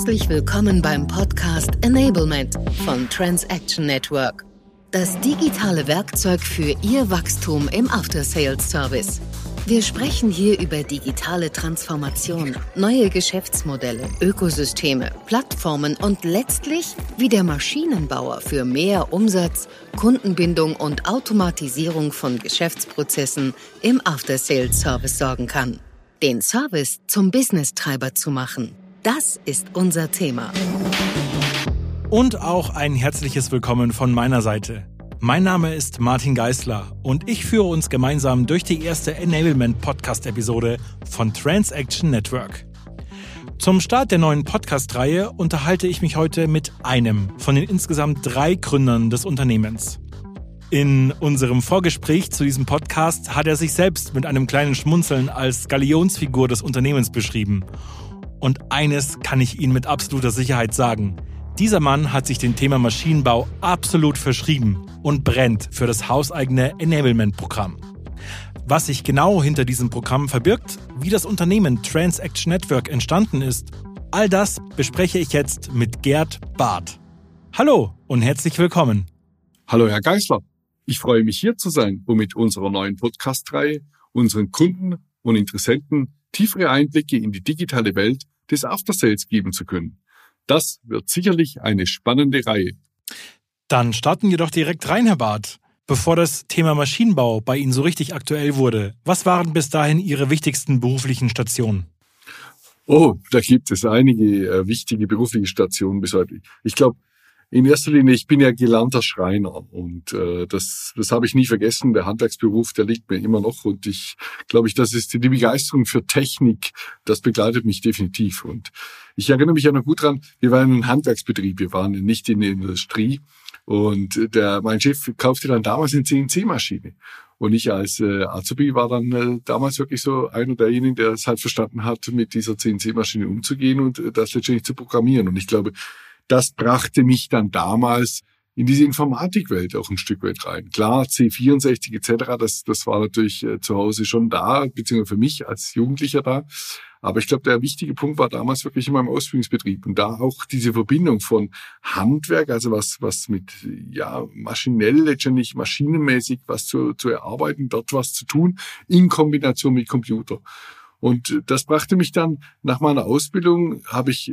Herzlich willkommen beim Podcast Enablement von Transaction Network. Das digitale Werkzeug für Ihr Wachstum im After-Sales-Service. Wir sprechen hier über digitale Transformation, neue Geschäftsmodelle, Ökosysteme, Plattformen und letztlich, wie der Maschinenbauer für mehr Umsatz, Kundenbindung und Automatisierung von Geschäftsprozessen im After-Sales-Service sorgen kann. Den Service zum Business-Treiber zu machen. Das ist unser Thema. Und auch ein herzliches Willkommen von meiner Seite. Mein Name ist Martin Geisler und ich führe uns gemeinsam durch die erste Enablement-Podcast-Episode von Transaction Network. Zum Start der neuen Podcast-Reihe unterhalte ich mich heute mit einem von den insgesamt 3 Gründern des Unternehmens. In unserem Vorgespräch zu diesem Podcast hat er sich selbst mit einem kleinen Schmunzeln als Galionsfigur des Unternehmens beschrieben. Und eines kann ich Ihnen mit absoluter Sicherheit sagen: Dieser Mann hat sich dem Thema Maschinenbau absolut verschrieben und brennt für das hauseigene Enablement-Programm. Was sich genau hinter diesem Programm verbirgt, wie das Unternehmen Transaction Network entstanden ist, all das bespreche ich jetzt mit Gerd Barth. Hallo und herzlich willkommen. Hallo Herr Geisler, ich freue mich hier zu sein, um mit unserer neuen Podcast-Reihe unseren Kunden und Interessenten tiefere Einblicke in die digitale Welt des After-Sales geben zu können. Das wird sicherlich eine spannende Reihe. Dann starten wir doch direkt rein, Herr Barth. Bevor das Thema Maschinenbau bei Ihnen so richtig aktuell wurde, was waren bis dahin Ihre wichtigsten beruflichen Stationen? Oh, da gibt es einige wichtige berufliche Stationen bis heute. Ich glaube, in erster Linie, ich bin ja gelernter Schreiner und das habe ich nie vergessen. Der Handwerksberuf, der liegt mir immer noch und ich glaube, das ist die Begeisterung für Technik, das begleitet mich definitiv. Und ich erinnere mich ja noch gut dran, wir waren ein Handwerksbetrieb, wir waren nicht in der Industrie und mein Chef kaufte dann damals eine CNC-Maschine. Und ich als Azubi war dann damals wirklich so einer derjenigen, der es halt verstanden hat, mit dieser CNC-Maschine umzugehen und das letztendlich zu programmieren. Und ich glaube, das brachte mich dann damals in diese Informatikwelt auch ein Stück weit rein. Klar, C64 etc., das war natürlich zu Hause schon da, beziehungsweise für mich als Jugendlicher da. Aber ich glaube, der wichtige Punkt war damals wirklich in meinem Ausbildungsbetrieb. Und da auch diese Verbindung von Handwerk, also was mit, maschinell, letztendlich maschinenmäßig was zu erarbeiten, dort was zu tun, in Kombination mit Computer. Und das brachte mich dann, nach meiner Ausbildung habe ich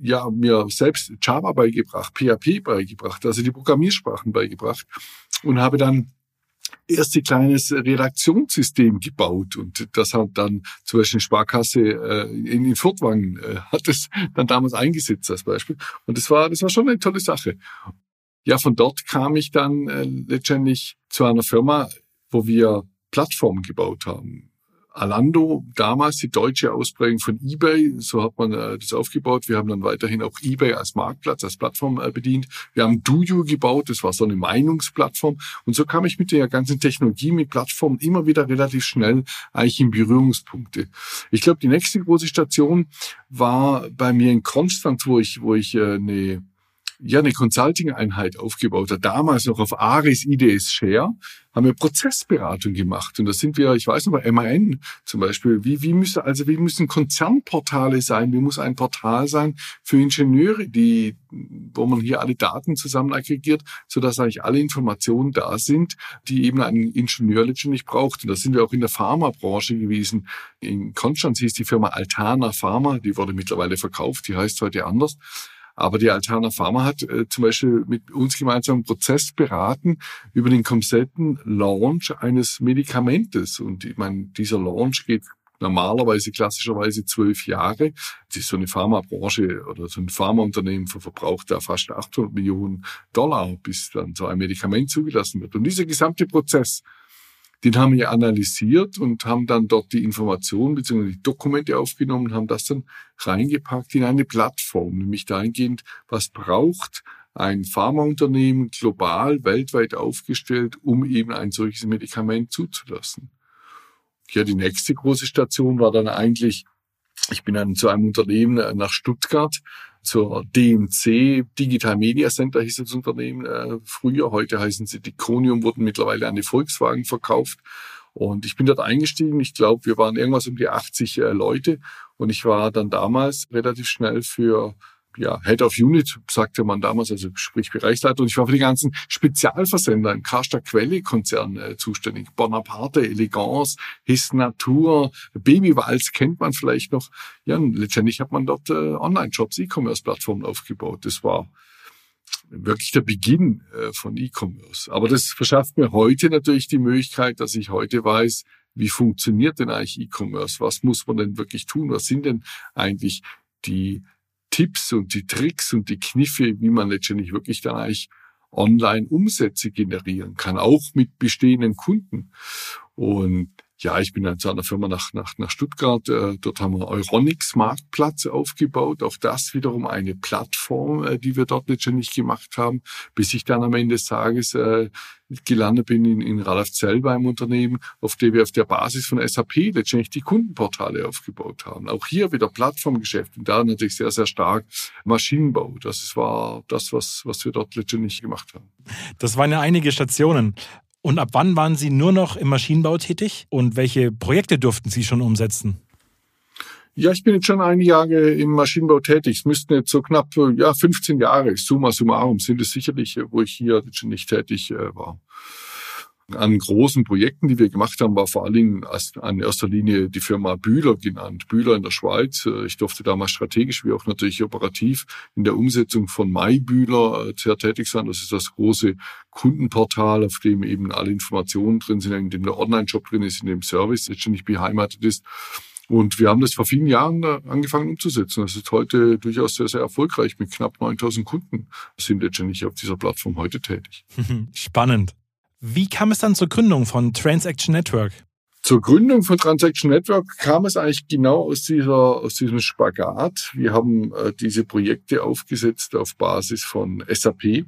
mir selbst Java beigebracht, PHP beigebracht, also die Programmiersprachen beigebracht und habe dann erst ein kleines Redaktionssystem gebaut und das hat dann zum Beispiel Sparkasse in Furtwangen hat es dann damals eingesetzt als Beispiel und das war schon eine tolle Sache. Ja, von dort kam ich dann letztendlich zu einer Firma, wo wir Plattformen gebaut haben. Alando, damals die deutsche Ausprägung von eBay, so hat man das aufgebaut. Wir haben dann weiterhin auch eBay als Marktplatz, als Plattform bedient. Wir haben DoYou gebaut, das war so eine Meinungsplattform. Und so kam ich mit der ganzen Technologie, mit Plattformen immer wieder relativ schnell eigentlich in Berührungspunkte. Ich glaube, die nächste große Station war bei mir in Konstanz, wo ich eine Consulting-Einheit aufgebaut hat. Damals noch auf Aris IDS Share haben wir Prozessberatung gemacht. Und da sind wir, ich weiß noch, bei MAN zum Beispiel, wie müssen Konzernportale sein? Wie muss ein Portal sein für Ingenieure, wo man hier alle Daten zusammen aggregiert, sodass eigentlich alle Informationen da sind, die eben ein Ingenieur letztendlich braucht. Und da sind wir auch in der Pharmabranche gewesen. In Konstanz hieß die Firma Altana Pharma, die wurde mittlerweile verkauft, die heißt heute anders. Aber die Altana Pharma hat zum Beispiel mit uns gemeinsam einen Prozess beraten über den kompletten Launch eines Medikamentes. Und ich meine, dieser Launch geht normalerweise, klassischerweise 12 Jahre. Das ist so eine Pharmabranche oder so ein Pharmaunternehmen verbraucht da fast $800 Millionen, bis dann so ein Medikament zugelassen wird. Und dieser gesamte Prozess, den haben wir analysiert und haben dann dort die Informationen bzw. die Dokumente aufgenommen und haben das dann reingepackt in eine Plattform, nämlich dahingehend, was braucht ein Pharmaunternehmen global, weltweit aufgestellt, um eben ein solches Medikament zuzulassen. Ja, die nächste große Station war dann eigentlich, ich bin dann zu einem Unternehmen nach Stuttgart, zur DMC, Digital Media Center hieß das Unternehmen früher. Heute heißen sie Diconium, wurden mittlerweile an die Volkswagen verkauft. Und ich bin dort eingestiegen. Ich glaube, wir waren irgendwas um die 80 Leute. Und ich war dann damals relativ schnell für Head of Unit, sagte man damals, also sprich Bereichsleiter. Und ich war für die ganzen Spezialversender im Karstadt Quelle-Konzern zuständig. Bonaparte, Elegance, His Natur, Babywals kennt man vielleicht noch. Ja, und letztendlich hat man dort Online-Shops, E-Commerce-Plattformen aufgebaut. Das war wirklich der Beginn von E-Commerce. Aber das verschafft mir heute natürlich die Möglichkeit, dass ich heute weiß, wie funktioniert denn eigentlich E-Commerce? Was muss man denn wirklich tun? Was sind denn eigentlich die Tipps und die Tricks und die Kniffe, wie man letztendlich wirklich dann eigentlich online Umsätze generieren kann, auch mit bestehenden Kunden. Und ja, ich bin dann zu einer Firma nach Stuttgart. Dort haben wir Euronics Marktplatz aufgebaut. Auch das wiederum eine Plattform, die wir dort letztendlich gemacht haben, bis ich dann am Ende des Tages gelandet bin in Radolfzell beim Unternehmen, auf der wir auf der Basis von SAP letztendlich die Kundenportale aufgebaut haben. Auch hier wieder Plattformgeschäft und da natürlich sehr, sehr stark Maschinenbau. Das war das, was wir dort letztendlich gemacht haben. Das waren ja einige Stationen. Und ab wann waren Sie nur noch im Maschinenbau tätig? Und welche Projekte durften Sie schon umsetzen? Ja, ich bin jetzt schon einige Jahre im Maschinenbau tätig. Es müssten jetzt so knapp 15 Jahre, summa summarum, sind es sicherlich, wo ich hier nicht tätig war. An großen Projekten, die wir gemacht haben, war vor allen Dingen in erster Linie die Firma Bühler genannt. Bühler in der Schweiz. Ich durfte damals strategisch wie auch natürlich operativ in der Umsetzung von MyBühler sehr tätig sein. Das ist das große Kundenportal, auf dem eben alle Informationen drin sind, in dem der Online-Shop drin ist, in dem Service letztendlich beheimatet ist. Und wir haben das vor vielen Jahren angefangen umzusetzen. Das ist heute durchaus sehr, sehr erfolgreich. Mit knapp 9.000 Kunden sind letztendlich auf dieser Plattform heute tätig. Spannend. Wie kam es dann zur Gründung von Transaction Network? Zur Gründung von Transaction Network kam es eigentlich genau aus diesem Spagat. Wir haben diese Projekte aufgesetzt auf Basis von SAP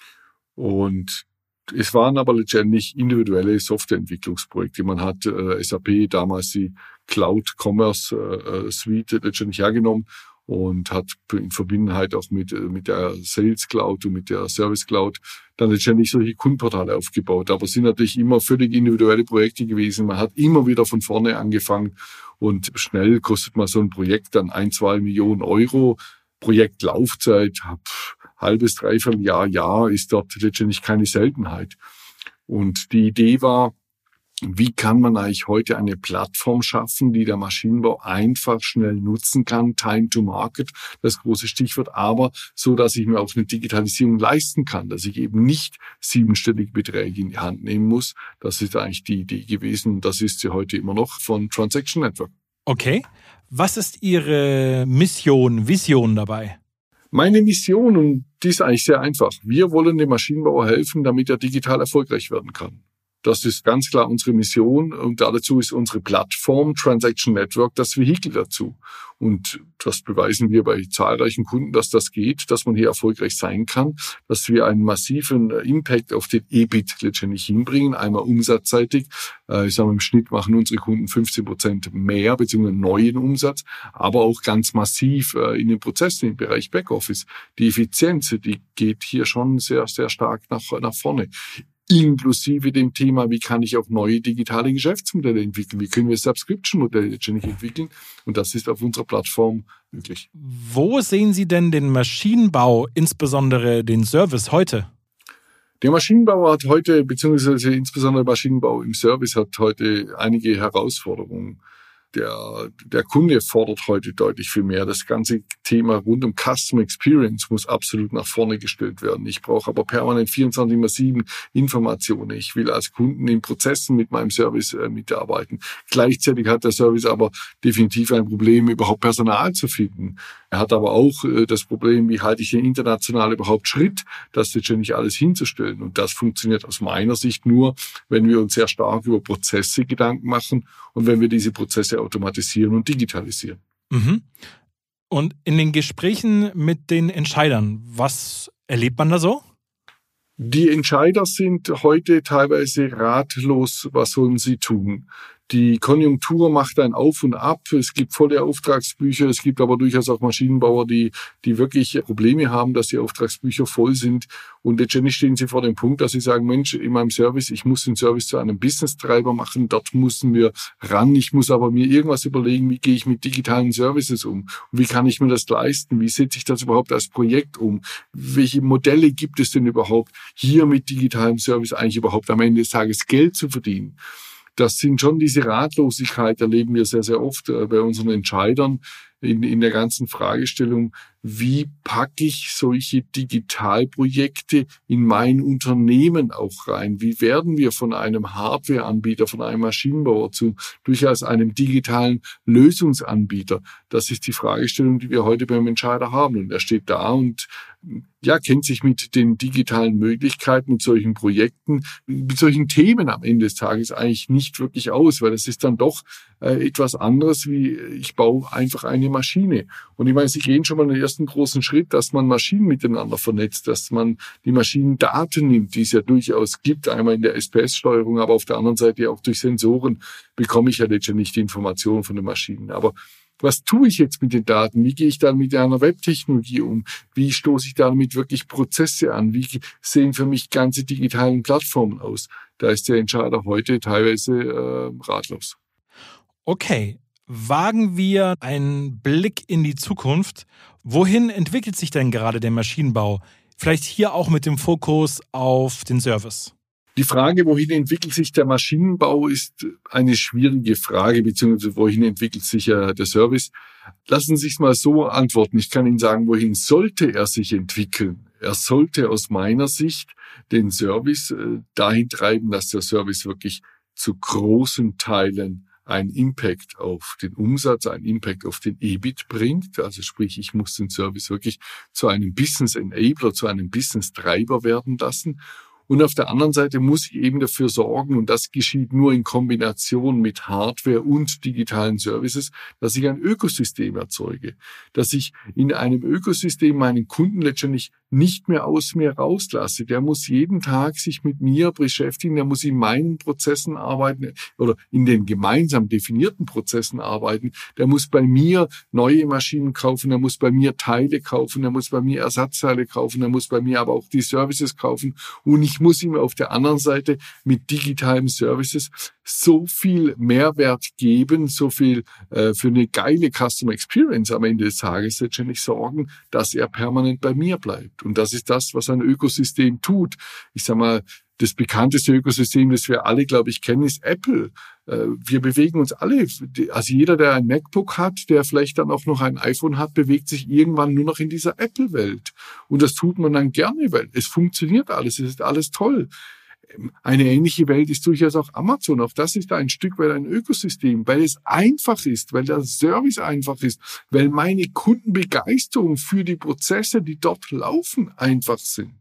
und es waren aber letztendlich individuelle Softwareentwicklungsprojekte. Man hat SAP damals die Cloud Commerce Suite letztendlich hergenommen und hat in Verbindung auch mit der Sales Cloud und mit der Service Cloud dann letztendlich solche Kundenportale aufgebaut. Aber es sind natürlich immer völlig individuelle Projekte gewesen. Man hat immer wieder von vorne angefangen und schnell kostet man so ein Projekt dann 1-2 Millionen Euro. Projektlaufzeit, halbes, dreiviertel Jahr ist dort letztendlich keine Seltenheit. Und die Idee war, wie kann man eigentlich heute eine Plattform schaffen, die der Maschinenbau einfach schnell nutzen kann, Time to Market, das große Stichwort, aber so, dass ich mir auch eine Digitalisierung leisten kann, dass ich eben nicht 7-stellige Beträge in die Hand nehmen muss. Das ist eigentlich die Idee gewesen und das ist sie heute immer noch von Transaction Network. Okay. Was ist Ihre Vision dabei? Meine Mission, und die ist eigentlich sehr einfach. Wir wollen dem Maschinenbauer helfen, damit er digital erfolgreich werden kann. Das ist ganz klar unsere Mission und dazu ist unsere Plattform Transaction Network das Vehikel dazu. Und das beweisen wir bei zahlreichen Kunden, dass das geht, dass man hier erfolgreich sein kann, dass wir einen massiven Impact auf den EBIT letztendlich hinbringen, einmal umsatzseitig. Ich sage mal, im Schnitt machen unsere Kunden 15% mehr bzw. neuen Umsatz, aber auch ganz massiv in den Prozessen im Bereich Backoffice. Die Effizienz, die geht hier schon sehr, sehr stark nach vorne. Inklusive dem Thema, wie kann ich auch neue digitale Geschäftsmodelle entwickeln? Wie können wir Subscription-Modelle letztendlich entwickeln? Und das ist auf unserer Plattform möglich. Wo sehen Sie denn den Maschinenbau, insbesondere den Service heute? Der Maschinenbau hat heute, beziehungsweise insbesondere Maschinenbau im Service hat heute einige Herausforderungen. Der Kunde fordert heute deutlich viel mehr. Das ganze Thema rund um Customer Experience muss absolut nach vorne gestellt werden. Ich brauche aber permanent 24/7 Informationen. Ich will als Kunden in Prozessen mit meinem Service mitarbeiten. Gleichzeitig hat der Service aber definitiv ein Problem, überhaupt Personal zu finden. Er hat aber auch das Problem, wie halte ich denn international überhaupt Schritt, das letztendlich alles hinzustellen. Und das funktioniert aus meiner Sicht nur, wenn wir uns sehr stark über Prozesse Gedanken machen und wenn wir diese Prozesse automatisieren und digitalisieren. Mhm. Und in den Gesprächen mit den Entscheidern, was erlebt man da so? Die Entscheider sind heute teilweise ratlos, was sollen sie tun. Die Konjunktur macht ein Auf und Ab. Es gibt volle Auftragsbücher. Es gibt aber durchaus auch Maschinenbauer, die wirklich Probleme haben, dass die Auftragsbücher voll sind. Und letztendlich stehen sie vor dem Punkt, dass sie sagen, Mensch, in meinem Service, ich muss den Service zu einem Business-Treiber machen. Dort müssen wir ran. Ich muss aber mir irgendwas überlegen, wie gehe ich mit digitalen Services um? Und wie kann ich mir das leisten? Wie setze ich das überhaupt als Projekt um? Welche Modelle gibt es denn überhaupt, hier mit digitalem Service eigentlich überhaupt am Ende des Tages Geld zu verdienen? Das sind schon diese Ratlosigkeit, erleben wir sehr, sehr oft bei unseren Entscheidern in der ganzen Fragestellung, wie packe ich solche Digitalprojekte in mein Unternehmen auch rein? Wie werden wir von einem Hardwareanbieter, von einem Maschinenbauer zu durchaus einem digitalen Lösungsanbieter? Das ist die Fragestellung, die wir heute beim Entscheider haben. Und er steht da und kennt sich mit den digitalen Möglichkeiten, mit solchen Projekten, mit solchen Themen am Ende des Tages eigentlich nicht wirklich aus, weil es ist dann doch etwas anderes, wie ich baue einfach eine Maschine. Und ich meine, Sie gehen schon mal den ersten großen Schritt, dass man Maschinen miteinander vernetzt, dass man die Maschinendaten nimmt, die es ja durchaus gibt, einmal in der SPS-Steuerung, aber auf der anderen Seite auch durch Sensoren bekomme ich ja letztendlich die Informationen von den Maschinen. Aber was tue ich jetzt mit den Daten? Wie gehe ich dann mit einer Webtechnologie um? Wie stoße ich damit wirklich Prozesse an? Wie sehen für mich ganze digitalen Plattformen aus? Da ist der Entscheider heute teilweise ratlos. Okay, wagen wir einen Blick in die Zukunft. Wohin entwickelt sich denn gerade der Maschinenbau? Vielleicht hier auch mit dem Fokus auf den Service. Die Frage, wohin entwickelt sich der Maschinenbau, ist eine schwierige Frage, beziehungsweise wohin entwickelt sich der Service. Lassen Sie es mal so antworten. Ich kann Ihnen sagen, wohin sollte er sich entwickeln? Er sollte aus meiner Sicht den Service dahin treiben, dass der Service wirklich zu großen Teilen einen Impact auf den Umsatz, einen Impact auf den EBIT bringt. Also sprich, ich muss den Service wirklich zu einem Business Enabler, zu einem Business Treiber werden lassen. Und auf der anderen Seite muss ich eben dafür sorgen, und das geschieht nur in Kombination mit Hardware und digitalen Services, dass ich ein Ökosystem erzeuge, dass ich in einem Ökosystem meinen Kunden letztendlich nicht mehr aus mir rauslasse. Der muss jeden Tag sich mit mir beschäftigen, der muss in meinen Prozessen arbeiten oder in den gemeinsam definierten Prozessen arbeiten. Der muss bei mir neue Maschinen kaufen, der muss bei mir Teile kaufen, der muss bei mir Ersatzteile kaufen, der muss bei mir aber auch die Services kaufen. Und ich muss ihm auf der anderen Seite mit digitalen Services so viel Mehrwert geben, so viel für eine geile Customer Experience am Ende des Tages letztendlich sorgen, dass er permanent bei mir bleibt. Und das ist das, was ein Ökosystem tut. Ich sag mal, das bekannteste Ökosystem, das wir alle, glaube ich, kennen, ist Apple. Wir bewegen uns alle, also jeder, der ein MacBook hat, der vielleicht dann auch noch ein iPhone hat, bewegt sich irgendwann nur noch in dieser Apple-Welt. Und das tut man dann gerne, weil es funktioniert alles, es ist alles toll. Eine ähnliche Welt ist durchaus auch Amazon. Auch das ist ein Stück weit ein Ökosystem, weil es einfach ist, weil der Service einfach ist, weil meine Kundenbegeisterung für die Prozesse, die dort laufen, einfach sind.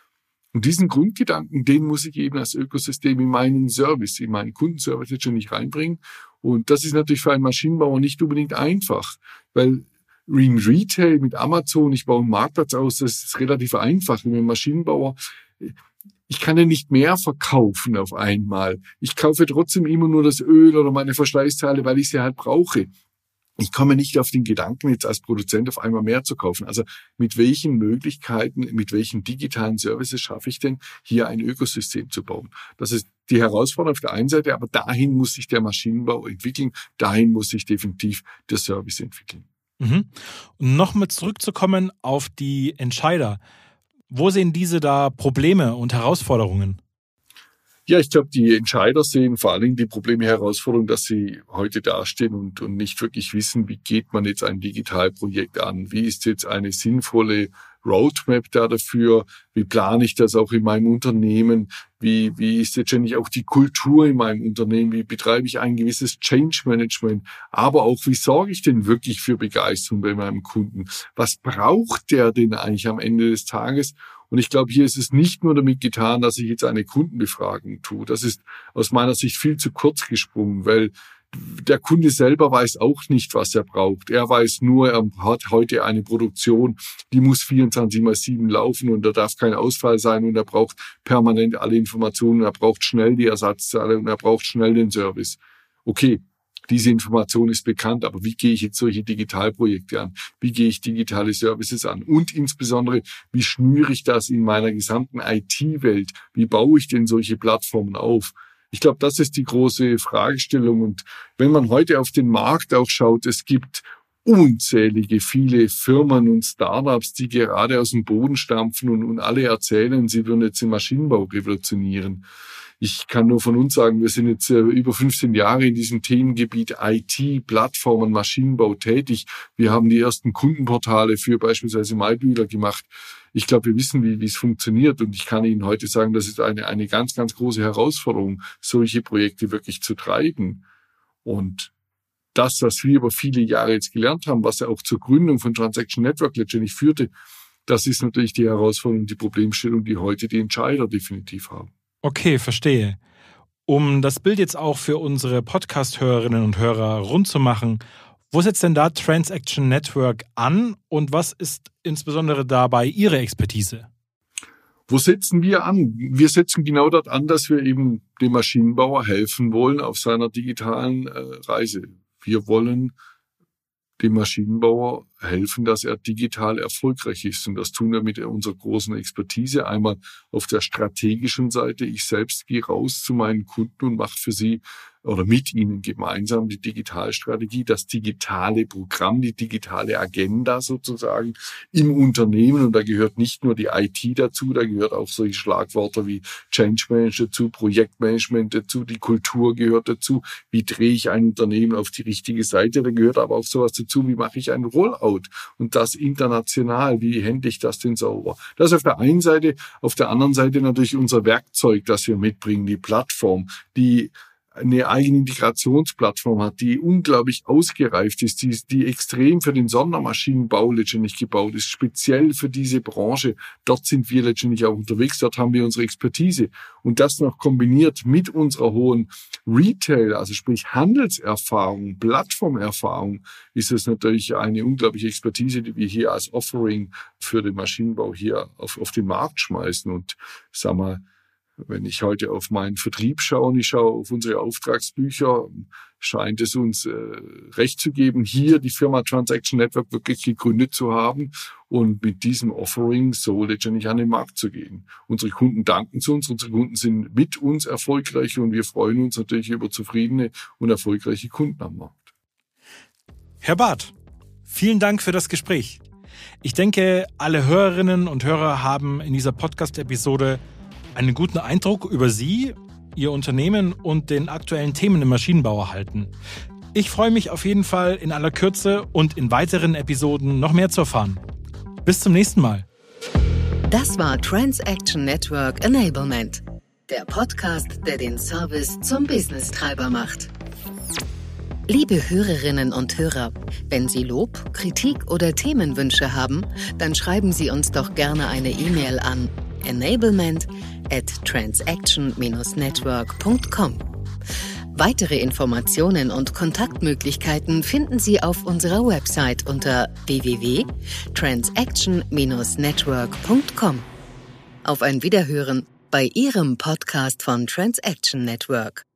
Und diesen Grundgedanken, den muss ich eben als Ökosystem in meinen Service, in meinen Kundenservice letztendlich reinbringen. Und das ist natürlich für einen Maschinenbauer nicht unbedingt einfach, weil im Retail mit Amazon, ich baue einen Marktplatz aus, das ist relativ einfach. Mit einem Maschinenbauer, ich kann ja nicht mehr verkaufen auf einmal. Ich kaufe trotzdem immer nur das Öl oder meine Verschleißteile, weil ich sie halt brauche. Ich komme nicht auf den Gedanken, jetzt als Produzent auf einmal mehr zu kaufen. Also mit welchen Möglichkeiten, mit welchen digitalen Services schaffe ich denn, hier ein Ökosystem zu bauen? Das ist die Herausforderung auf der einen Seite, aber dahin muss sich der Maschinenbau entwickeln, dahin muss sich definitiv der Service entwickeln. Mhm. Und nochmal zurückzukommen auf die Entscheider. Wo sehen diese da Probleme und Herausforderungen? Ja, ich glaube, die Entscheider sehen vor allen Dingen die Probleme, Herausforderungen, dass sie heute dastehen und nicht wirklich wissen, wie geht man jetzt ein Digitalprojekt an? Wie ist jetzt eine sinnvolle Roadmap da dafür? Wie plane ich das auch in meinem Unternehmen? Wie ist letztendlich auch die Kultur in meinem Unternehmen? Wie betreibe ich ein gewisses Change Management? Aber auch, wie sorge ich denn wirklich für Begeisterung bei meinem Kunden? Was braucht der denn eigentlich am Ende des Tages? Und ich glaube, hier ist es nicht nur damit getan, dass ich jetzt eine Kundenbefragung tue. Das ist aus meiner Sicht viel zu kurz gesprungen, weil der Kunde selber weiß auch nicht, was er braucht. Er weiß nur, er hat heute eine Produktion, die muss 24/7 laufen und da darf kein Ausfall sein und er braucht permanent alle Informationen, er braucht schnell die Ersatzteile und er braucht schnell den Service. okay, diese Information ist bekannt, aber wie gehe ich jetzt solche Digitalprojekte an? Wie gehe ich digitale Services an? Und insbesondere, wie schnüre ich das in meiner gesamten IT-Welt? Wie baue ich denn solche Plattformen auf? Ich glaube, das ist die große Fragestellung. Und wenn man heute auf den Markt auch schaut, es gibt unzählige viele Firmen und Startups, die gerade aus dem Boden stampfen und alle erzählen, sie würden jetzt den Maschinenbau revolutionieren. Ich kann nur von uns sagen, wir sind jetzt über 15 Jahre in diesem Themengebiet IT, Plattformen, Maschinenbau tätig. Wir haben die ersten Kundenportale für beispielsweise Maibühler gemacht. Ich glaube, wir wissen, wie es funktioniert. Und ich kann Ihnen heute sagen, das ist eine ganz, ganz große Herausforderung, solche Projekte wirklich zu treiben. Und das, was wir über viele Jahre jetzt gelernt haben, was ja auch zur Gründung von Transaction Network letztendlich führte, das ist natürlich die Herausforderung, die Problemstellung, die heute die Entscheider definitiv haben. Okay, verstehe. Um das Bild jetzt auch für unsere Podcast-Hörerinnen und Hörer rund zu machen, wo setzt denn da Transaction Network an und was ist insbesondere dabei Ihre Expertise? Wo setzen wir an? Wir setzen genau dort an, dass wir eben dem Maschinenbauer helfen wollen auf seiner digitalen Reise. Wir wollen dem Maschinenbauer helfen, dass er digital erfolgreich ist. Und das tun wir mit unserer großen Expertise. Einmal auf der strategischen Seite. Ich selbst gehe raus zu meinen Kunden und mache für sie oder mit ihnen gemeinsam die Digitalstrategie, das digitale Programm, die digitale Agenda sozusagen im Unternehmen. Und da gehört nicht nur die IT dazu, da gehört auch solche Schlagwörter wie Change Management dazu, Projektmanagement dazu, die Kultur gehört dazu. Wie drehe ich ein Unternehmen auf die richtige Seite? Da gehört aber auch sowas dazu, wie mache ich ein Rollout? Und das international, wie handle ich das denn sauber? Das auf der einen Seite, auf der anderen Seite natürlich unser Werkzeug, das wir mitbringen, die Plattform, die eine eigene Integrationsplattform hat, die unglaublich ausgereift ist, die extrem für den Sondermaschinenbau letztendlich gebaut ist, speziell für diese Branche. Dort sind wir letztendlich auch unterwegs, dort haben wir unsere Expertise. Und das noch kombiniert mit unserer hohen Retail, also sprich Handelserfahrung, Plattformerfahrung, ist es natürlich eine unglaubliche Expertise, die wir hier als Offering für den Maschinenbau hier auf den Markt schmeißen. Und sag mal, wenn ich heute auf meinen Vertrieb schaue und ich schaue auf unsere Auftragsbücher, scheint es uns recht zu geben, hier die Firma Transaction Network wirklich gegründet zu haben und mit diesem Offering so letztendlich an den Markt zu gehen. Unsere Kunden danken zu uns, unsere Kunden sind mit uns erfolgreich und wir freuen uns natürlich über zufriedene und erfolgreiche Kunden am Markt. Herr Barth, vielen Dank für das Gespräch. Ich denke, alle Hörerinnen und Hörer haben in dieser Podcast-Episode einen guten Eindruck über Sie, Ihr Unternehmen und den aktuellen Themen im Maschinenbau erhalten. Ich freue mich auf jeden Fall in aller Kürze und in weiteren Episoden noch mehr zu erfahren. Bis zum nächsten Mal. Das war Transaction Network Enablement, der Podcast, der den Service zum Business-Treiber macht. Liebe Hörerinnen und Hörer, wenn Sie Lob, Kritik oder Themenwünsche haben, dann schreiben Sie uns doch gerne eine E-Mail an enablement@transaction-network.com. Weitere Informationen und Kontaktmöglichkeiten finden Sie auf unserer Website unter www.transaction-network.com. Auf ein Wiederhören bei Ihrem Podcast von Transaction Network.